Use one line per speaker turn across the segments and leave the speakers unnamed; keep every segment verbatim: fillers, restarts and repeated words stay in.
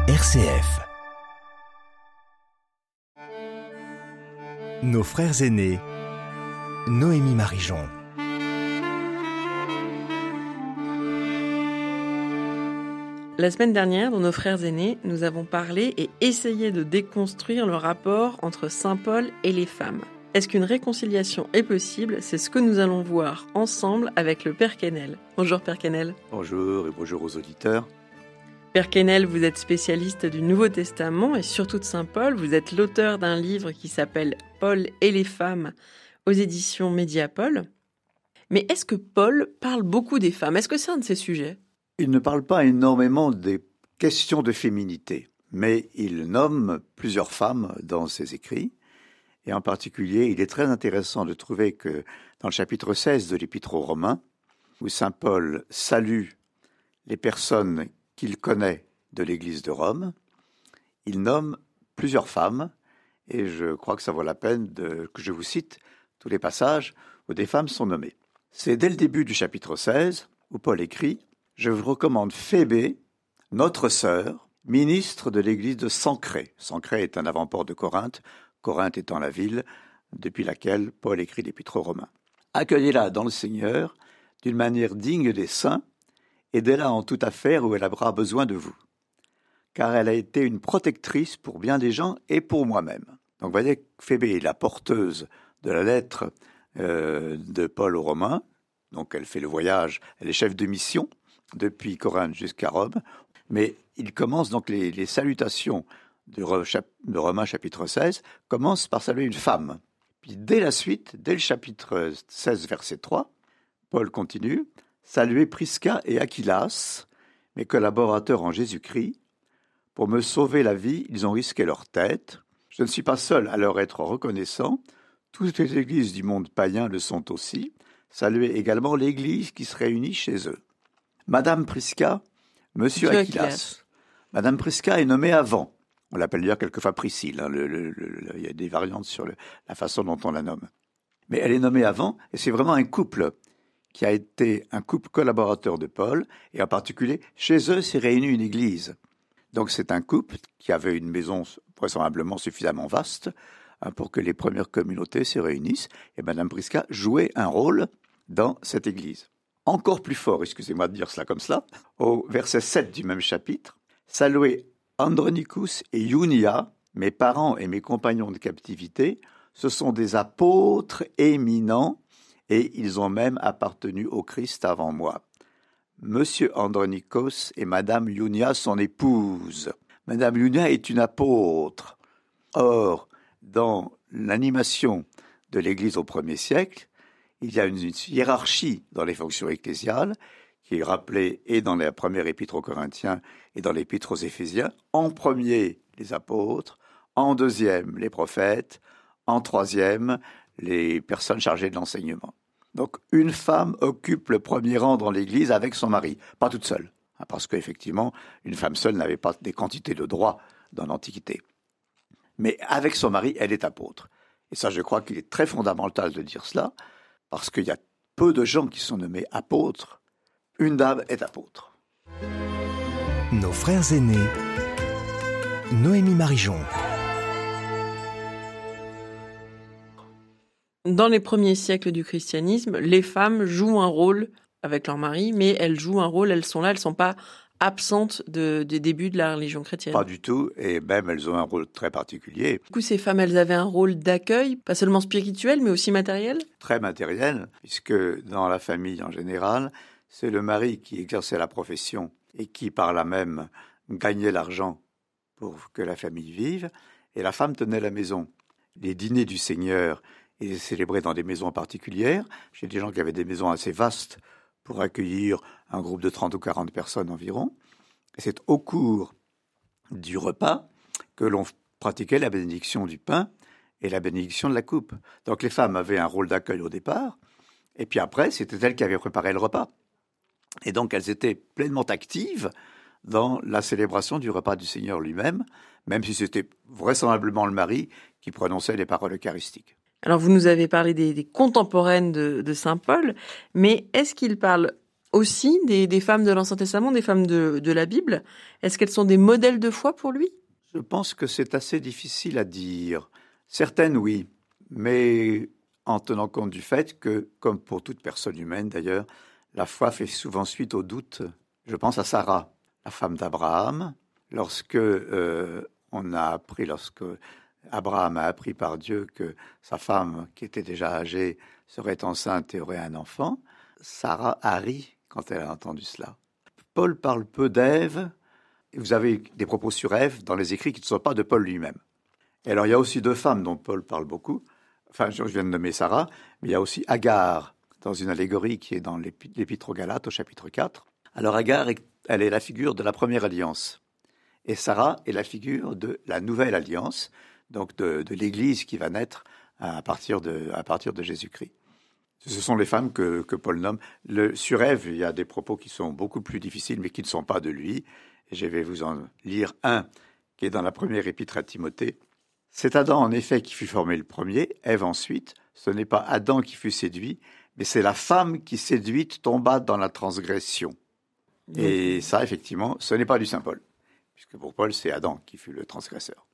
R C F. Nos frères aînés, Noémie Marijon.
La semaine dernière, dans Nos frères aînés, nous avons parlé et essayé de déconstruire le rapport entre saint Paul et les femmes. Est-ce qu'une réconciliation est possible ? C'est ce que nous allons voir ensemble avec le Père Quesnel. Bonjour Père Quesnel.
Bonjour et bonjour aux auditeurs.
Père Quesnel, vous êtes spécialiste du Nouveau Testament et surtout de saint Paul. Vous êtes l'auteur d'un livre qui s'appelle « Paul et les femmes » aux éditions Mediapol. Mais est-ce que Paul parle beaucoup des femmes ? Est-ce que c'est un de ses sujets ?
Il ne parle pas énormément des questions de féminité, mais il nomme plusieurs femmes dans ses écrits. Et en particulier, il est très intéressant de trouver que dans le chapitre seize de l'Épître aux Romains, où saint Paul salue les personnes qu'il connaît de l'Église de Rome, il nomme plusieurs femmes, et je crois que ça vaut la peine de, que je vous cite tous les passages où des femmes sont nommées. C'est dès le début du chapitre seize où Paul écrit « Je vous recommande Phébé, notre sœur, ministre de l'église de Sancrée ». Sancrée est un avant-port de Corinthe, Corinthe étant la ville depuis laquelle Paul écrit l'Épître aux Romains. « Accueillez-la dans le Seigneur d'une manière digne des saints, aidez-la en toute affaire où elle aura besoin de vous, car elle a été une protectrice pour bien des gens et pour moi-même. » Donc vous voyez, Phébé est la porteuse de la lettre euh, de Paul aux Romains, donc elle fait le voyage, elle est chef de mission, depuis Corinthe jusqu'à Rome, mais il commence donc les, les salutations de, de Romains chapitre seize, commencent par saluer une femme. Puis dès la suite, dès le chapitre seize, verset trois, Paul continue, « Saluez Prisca et Aquilas, mes collaborateurs en Jésus-Christ. Pour me sauver la vie, ils ont risqué leur tête. Je ne suis pas seul à leur être reconnaissant. Toutes les églises du monde païen le sont aussi. Saluez également l'église qui se réunit chez eux. » Madame Prisca, Monsieur Aquilas. Aquilas. Madame Prisca est nommée avant. On l'appelle d'ailleurs quelquefois Priscille. Hein, le, le, le, il y a des variantes sur le, la façon dont on la nomme. Mais elle est nommée avant, et c'est vraiment un couple qui a été un couple collaborateur de Paul, et en particulier, chez eux s'est réunie une église. Donc c'est un couple qui avait une maison vraisemblablement suffisamment vaste hein, pour que les premières communautés se réunissent, et Madame Prisca jouait un rôle dans cette église. Encore plus fort, excusez-moi de dire cela comme cela, au verset sept du même chapitre, « Saluez Andronicus et Iunia, mes parents et mes compagnons de captivité, ce sont des apôtres éminents et ils ont même appartenu au Christ avant moi. Monsieur Andronicos et Madame Iunia, son épouse. Madame Iunia est une apôtre. Or, dans l'animation de l'Église au premier siècle, il y a une hiérarchie dans les fonctions ecclésiales qui est rappelée et dans la première épître aux Corinthiens et dans l'épître aux Éphésiens. En premier, les apôtres. En deuxième, les prophètes. En troisième, les personnes chargées de l'enseignement. Donc, une femme occupe le premier rang dans l'Église avec son mari, pas toute seule. Parce qu'effectivement, une femme seule n'avait pas des quantités de droits dans l'Antiquité. Mais avec son mari, elle est apôtre. Et ça, je crois qu'il est très fondamental de dire cela, parce qu'il y a peu de gens qui sont nommés apôtres. Une dame est apôtre.
Nos frères aînés, Noémie Marijon.
Dans les premiers siècles du christianisme, les femmes jouent un rôle avec leur mari, mais elles jouent un rôle, elles sont là, elles ne sont pas absentes de, des débuts de la religion chrétienne.
Pas du tout, et même elles ont un rôle très particulier.
Du coup, ces femmes, elles avaient un rôle d'accueil, pas seulement spirituel, mais aussi matériel ?
Très matériel, puisque dans la famille en général, c'est le mari qui exerçait la profession et qui, par là même, gagnait l'argent pour que la famille vive, et la femme tenait la maison. Les dîners du Seigneur étaient célébrés dans des maisons particulières. J'ai des gens qui avaient des maisons assez vastes pour accueillir un groupe de trente ou quarante personnes environ. Et c'est au cours du repas que l'on pratiquait la bénédiction du pain et la bénédiction de la coupe. Donc les femmes avaient un rôle d'accueil au départ, et puis après, c'était elles qui avaient préparé le repas. Et donc elles étaient pleinement actives dans la célébration du repas du Seigneur lui-même, même si c'était vraisemblablement le mari qui prononçait les paroles eucharistiques.
Alors vous nous avez parlé des, des contemporaines de, de saint Paul, mais est-ce qu'il parle aussi des, des femmes de l'Ancien Testament, des femmes de, de la Bible? Est-ce qu'elles sont des modèles de foi pour lui?
Je pense que c'est assez difficile à dire. Certaines, oui, mais en tenant compte du fait que, comme pour toute personne humaine d'ailleurs, la foi fait souvent suite au doute. Je pense à Sarah, la femme d'Abraham. Lorsque euh, on a appris, lorsque Abraham a appris par Dieu que sa femme, qui était déjà âgée, serait enceinte et aurait un enfant, Sarah a ri quand elle a entendu cela. Paul parle peu d'Ève. Vous avez des propos sur Ève dans les écrits qui ne sont pas de Paul lui-même. Et alors, il y a aussi deux femmes dont Paul parle beaucoup. Enfin, je viens de nommer Sarah, mais il y a aussi Agar, dans une allégorie qui est dans l'Épître aux Galates, au chapitre quatre. Alors, Agar, elle est la figure de la première alliance. Et Sarah est la figure de la nouvelle alliance, donc de, de l'Église qui va naître à partir de, à partir de Jésus-Christ. Ce sont les femmes que, que Paul nomme. Le, sur Ève, il y a des propos qui sont beaucoup plus difficiles, mais qui ne sont pas de lui. Et je vais vous en lire un qui est dans la première épître à Timothée. C'est Adam, en effet, qui fut formé le premier, Ève ensuite. Ce n'est pas Adam qui fut séduit, mais c'est la femme qui, séduite, tomba dans la transgression. Mmh. Et ça, effectivement, ce n'est pas du Saint Paul, puisque pour Paul, c'est Adam qui fut le transgresseur.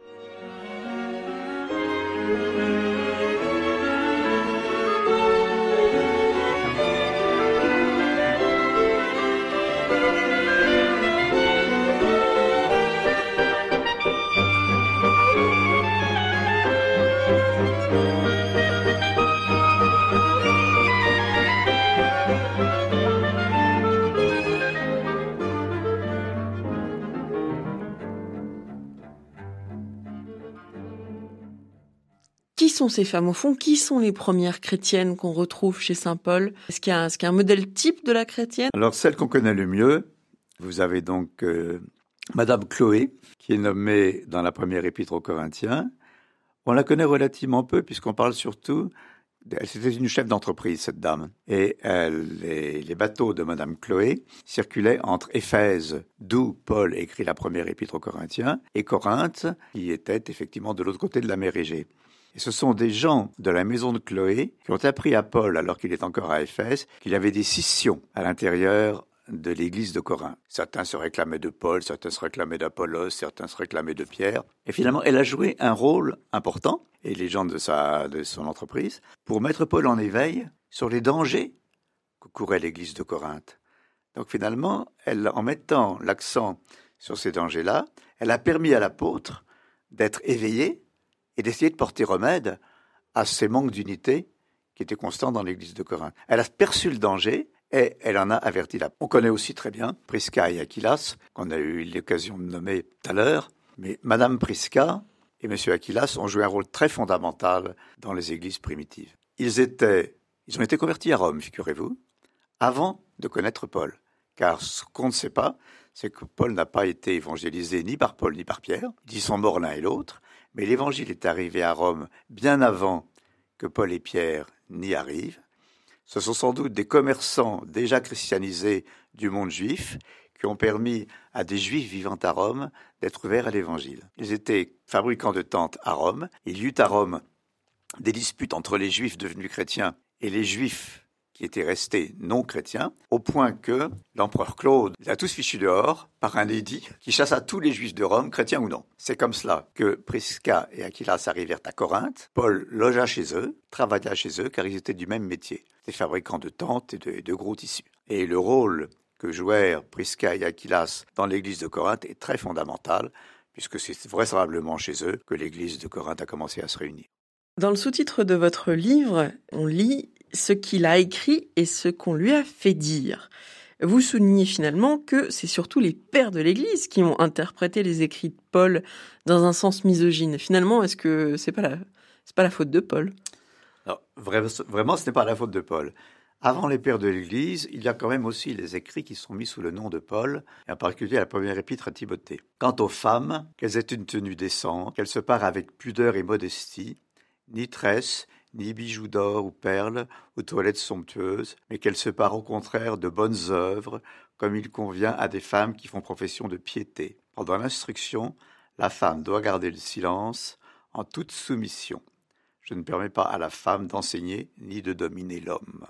Qui sont ces femmes au fond? Qui sont les premières chrétiennes qu'on retrouve chez saint Paul? Est-ce qu'il y a un, est-ce qu'il y a un modèle type de la chrétienne?
Alors, celle qu'on connaît le mieux, vous avez donc euh, Madame Chloé, qui est nommée dans la première épître aux Corinthiens. On la connaît relativement peu, puisqu'on parle surtout... C'était une chef d'entreprise, cette dame. Et elle, les, les bateaux de Madame Chloé circulaient entre Éphèse, d'où Paul écrit la première épître aux Corinthiens, et Corinthe, qui était effectivement de l'autre côté de la mer Égée. Et ce sont des gens de la maison de Chloé qui ont appris à Paul, alors qu'il est encore à Éphèse, qu'il y avait des scissions à l'intérieur de l'église de Corinthe. Certains se réclamaient de Paul, certains se réclamaient d'Apollos, certains se réclamaient de Pierre. Et finalement, elle a joué un rôle important, et les gens de, sa, de son entreprise, pour mettre Paul en éveil sur les dangers que courait l'église de Corinthe. Donc finalement, elle, en mettant l'accent sur ces dangers-là, elle a permis à l'apôtre d'être éveillé et d'essayer de porter remède à ces manques d'unité qui étaient constants dans l'église de Corinthe. Elle a perçu le danger et elle en a averti la. On connaît aussi très bien Prisca et Aquilas, qu'on a eu l'occasion de nommer tout à l'heure, mais Madame Prisca et Monsieur Aquilas ont joué un rôle très fondamental dans les églises primitives. Ils étaient, ils ont été convertis à Rome, figurez-vous, avant de connaître Paul. Car ce qu'on ne sait pas, c'est que Paul n'a pas été évangélisé ni par Paul ni par Pierre. Ils sont morts l'un et l'autre. Mais l'évangile est arrivé à Rome bien avant que Paul et Pierre n'y arrivent. Ce sont sans doute des commerçants déjà christianisés du monde juif qui ont permis à des juifs vivant à Rome d'être ouverts à l'évangile. Ils étaient fabricants de tentes à Rome. Il y eut à Rome des disputes entre les juifs devenus chrétiens et les juifs qui étaient restés non chrétiens, au point que l'empereur Claude les a tous fichus dehors par un édit qui chassa tous les juifs de Rome, chrétiens ou non. C'est comme cela que Prisca et Aquilas arrivèrent à Corinthe. Paul logea chez eux, travailla chez eux, car ils étaient du même métier, des fabricants de tentes et de, de gros tissus. Et le rôle que jouèrent Prisca et Aquilas dans l'église de Corinthe est très fondamental, puisque c'est vraisemblablement chez eux que l'église de Corinthe a commencé à se réunir.
Dans le sous-titre de votre livre, on lit ce qu'il a écrit et ce qu'on lui a fait dire. Vous soulignez finalement que c'est surtout les pères de l'Église qui ont interprété les écrits de Paul dans un sens misogyne. Finalement, est-ce que c'est pas la, c'est pas la faute de Paul?
Alors, vraiment, ce n'est pas la faute de Paul. Avant les pères de l'Église, il y a quand même aussi les écrits qui sont mis sous le nom de Paul, et en particulier la première épître à Timothée. Quant aux femmes, qu'elles aient une tenue décente, qu'elles se parent avec pudeur et modestie, ni tresses, ni bijoux d'or ou perles, ou toilettes somptueuses, mais qu'elles se parent au contraire de bonnes œuvres, comme il convient à des femmes qui font profession de piété. Pendant l'instruction, la femme doit garder le silence en toute soumission. Je ne permets pas à la femme d'enseigner ni de dominer l'homme.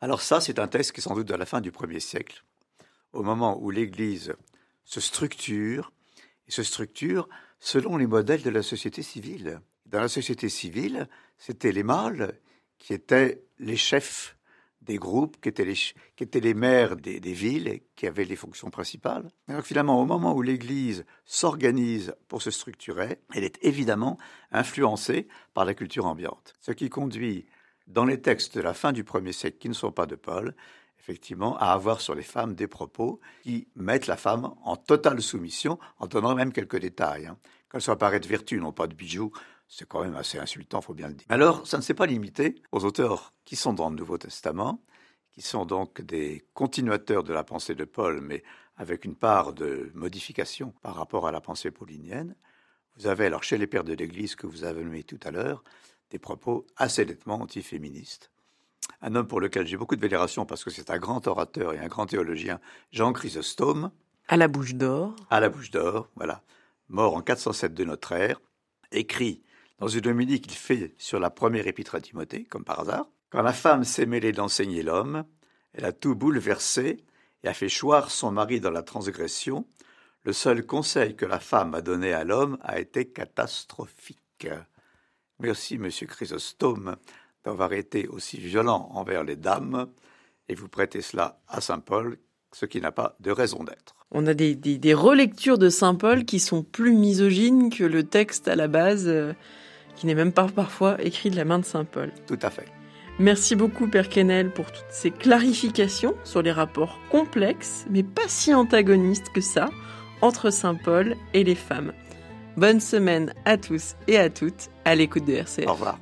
Alors ça, c'est un texte qui est sans doute de la fin du premier siècle, au moment où l'Église se structure, et se structure selon les modèles de la société civile. Dans la société civile, c'était les mâles qui étaient les chefs des groupes, qui étaient les, qui étaient les maires des, des villes, et qui avaient les fonctions principales. Et donc finalement, au moment où l'Église s'organise pour se structurer, elle est évidemment influencée par la culture ambiante. Ce qui conduit, dans les textes de la fin du premier siècle qui ne sont pas de Paul, effectivement, à avoir sur les femmes des propos qui mettent la femme en totale soumission, en donnant même quelques détails. Hein. Qu'elle soit parée de vertu, non pas de bijoux, c'est quand même assez insultant, il faut bien le dire. Alors, ça ne s'est pas limité aux auteurs qui sont dans le Nouveau Testament, qui sont donc des continuateurs de la pensée de Paul, mais avec une part de modification par rapport à la pensée paulinienne. Vous avez alors chez les pères de l'Église que vous avez nommé tout à l'heure, des propos assez nettement antiféministes. Un homme pour lequel j'ai beaucoup de vénération parce que c'est un grand orateur et un grand théologien, Jean Chrysostome.
À la bouche d'or.
À la bouche d'or, voilà. Mort en quatre cent sept de notre ère, écrit dans une homilie qu'il fait sur la première épître à Timothée, comme par hasard. Quand la femme s'est mêlée d'enseigner l'homme, elle a tout bouleversé et a fait choir son mari dans la transgression. Le seul conseil que la femme a donné à l'homme a été catastrophique. Merci, monsieur Chrysostome, d'avoir été aussi violent envers les dames, et vous prêtez cela à saint Paul, ce qui n'a pas de raison d'être.
On a des, des, des relectures de saint Paul qui sont plus misogynes que le texte à la base, euh, qui n'est même pas parfois écrit de la main de saint Paul.
Tout à fait.
Merci beaucoup, Père Quesnel, pour toutes ces clarifications sur les rapports complexes, mais pas si antagonistes que ça, entre saint Paul et les femmes. Bonne semaine à tous et à toutes à l'écoute de R C F.
Au revoir.